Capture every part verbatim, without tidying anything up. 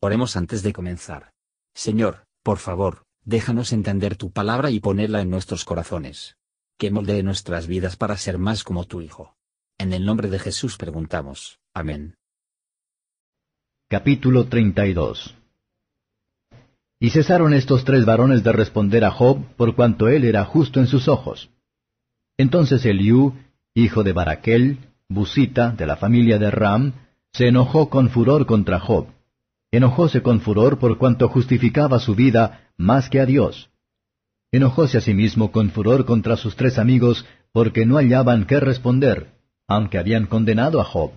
Oremos antes de comenzar. Señor, por favor, déjanos entender tu palabra y ponerla en nuestros corazones. Que moldee nuestras vidas para ser más como tu Hijo. En el nombre de Jesús preguntamos. Amén. Capítulo treinta y dos. Y cesaron estos tres varones de responder a Job, por cuanto él era justo en sus ojos. Entonces Eliú, hijo de Baraquel, busita, de la familia de Ram, se enojó con furor contra Job. Enojóse con furor por cuanto justificaba su vida más que a Dios. Enojóse asimismo con furor contra sus tres amigos, porque no hallaban qué responder, aunque habían condenado a Job.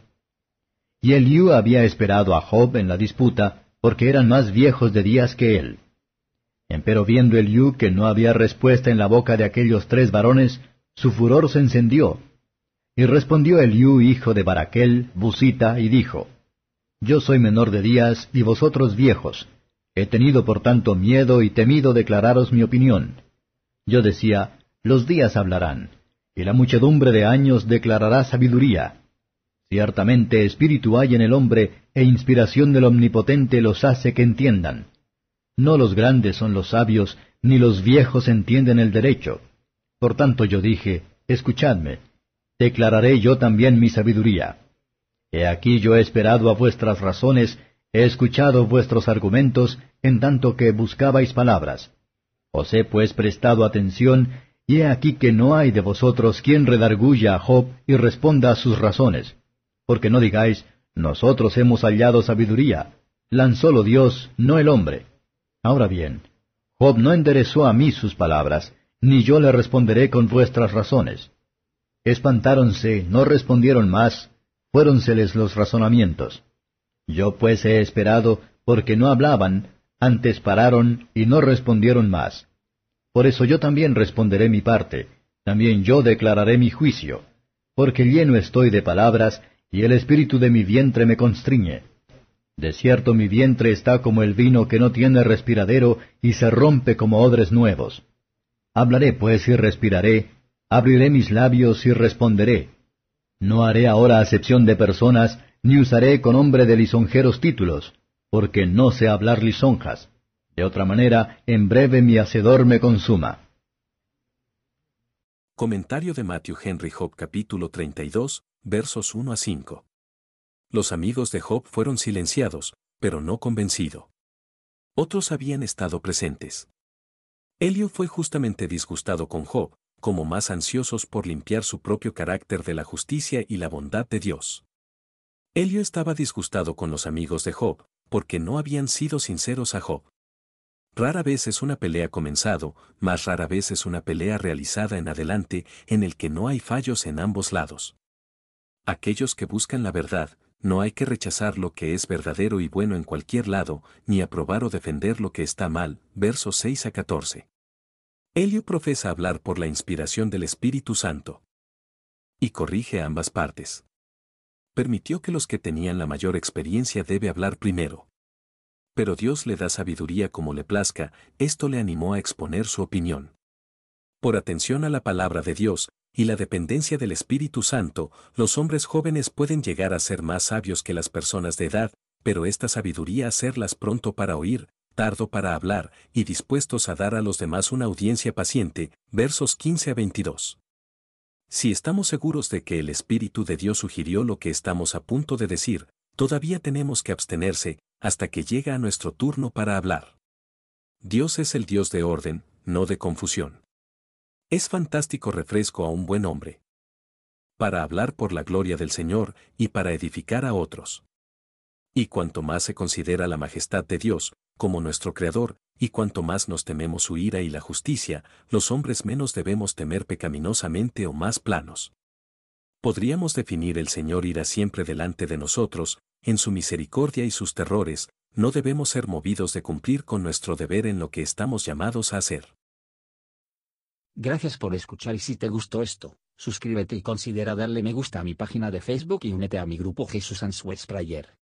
Y Eliú había esperado a Job en la disputa, porque eran más viejos de días que él. Empero viendo Eliú que no había respuesta en la boca de aquellos tres varones, su furor se encendió. Y respondió Eliú, hijo de Baraquel, busita, y dijo, Yo soy menor de días, y vosotros viejos. He tenido por tanto miedo y temido declararos mi opinión. Yo decía, Los días hablarán, y la muchedumbre de años declarará sabiduría. Ciertamente espíritu hay en el hombre, e inspiración del Omnipotente los hace que entiendan. No los grandes son los sabios, ni los viejos entienden el derecho. Por tanto yo dije, Escuchadme, declararé yo también mi sabiduría. He aquí yo he esperado a vuestras razones, he escuchado vuestros argumentos, en tanto que buscabais palabras. Os he pues prestado atención, y he aquí que no hay de vosotros quien redarguya a Job y responda a sus razones. Porque no digáis, nosotros hemos hallado sabiduría, lanzólo Dios, no el hombre. Ahora bien, Job no enderezó a mí sus palabras, ni yo le responderé con vuestras razones. Espantáronse, no respondieron más, fuéronseles los razonamientos. Yo pues he esperado, porque no hablaban, antes pararon y no respondieron más. Por eso yo también responderé mi parte, también yo declararé mi juicio, porque lleno estoy de palabras, y el espíritu de mi vientre me constriñe. De cierto mi vientre está como el vino que no tiene respiradero, y se rompe como odres nuevos. Hablaré pues y respiraré, abriré mis labios y responderé. No haré ahora acepción de personas, ni usaré con hombre de lisonjeros títulos, porque no sé hablar lisonjas. De otra manera, en breve mi hacedor me consuma. Comentario de Matthew Henry Job capítulo treinta y dos, versos uno a cinco. Los amigos de Job fueron silenciados, pero no convencido. Otros habían estado presentes. Eliú fue justamente disgustado con Job, como más ansiosos por limpiar su propio carácter de la justicia y la bondad de Dios. Eliú estaba disgustado con los amigos de Job, porque no habían sido sinceros a Job. Rara vez es una pelea comenzado, más rara vez es una pelea realizada en adelante, en el que no hay fallos en ambos lados. Aquellos que buscan la verdad, no hay que rechazar lo que es verdadero y bueno en cualquier lado, ni aprobar o defender lo que está mal, versos seis a catorce. Eliú profesa hablar por la inspiración del Espíritu Santo. Y corrige ambas partes. Permitió que los que tenían la mayor experiencia debe hablar primero. Pero Dios le da sabiduría como le plazca, esto le animó a exponer su opinión. Por atención a la palabra de Dios, y la dependencia del Espíritu Santo, los hombres jóvenes pueden llegar a ser más sabios que las personas de edad, pero esta sabiduría hacerlas pronto para oír, tardo para hablar, y dispuestos a dar a los demás una audiencia paciente, versos quince a veintidós. Si estamos seguros de que el Espíritu de Dios sugirió lo que estamos a punto de decir, todavía tenemos que abstenerse, hasta que llega a nuestro turno para hablar. Dios es el Dios de orden, no de confusión. Es fantástico refresco a un buen hombre. Para hablar por la gloria del Señor y para edificar a otros. Y cuanto más se considera la majestad de Dios, como nuestro Creador, y cuanto más nos tememos su ira y la justicia, los hombres menos debemos temer pecaminosamente o más planos. Podríamos definir el Señor irá siempre delante de nosotros, en su misericordia y sus terrores, no debemos ser movidos de cumplir con nuestro deber en lo que estamos llamados a hacer. Gracias por escuchar y si te gustó esto, suscríbete y considera darle me gusta a mi página de Facebook y únete a mi grupo Jesús Answers Prayer.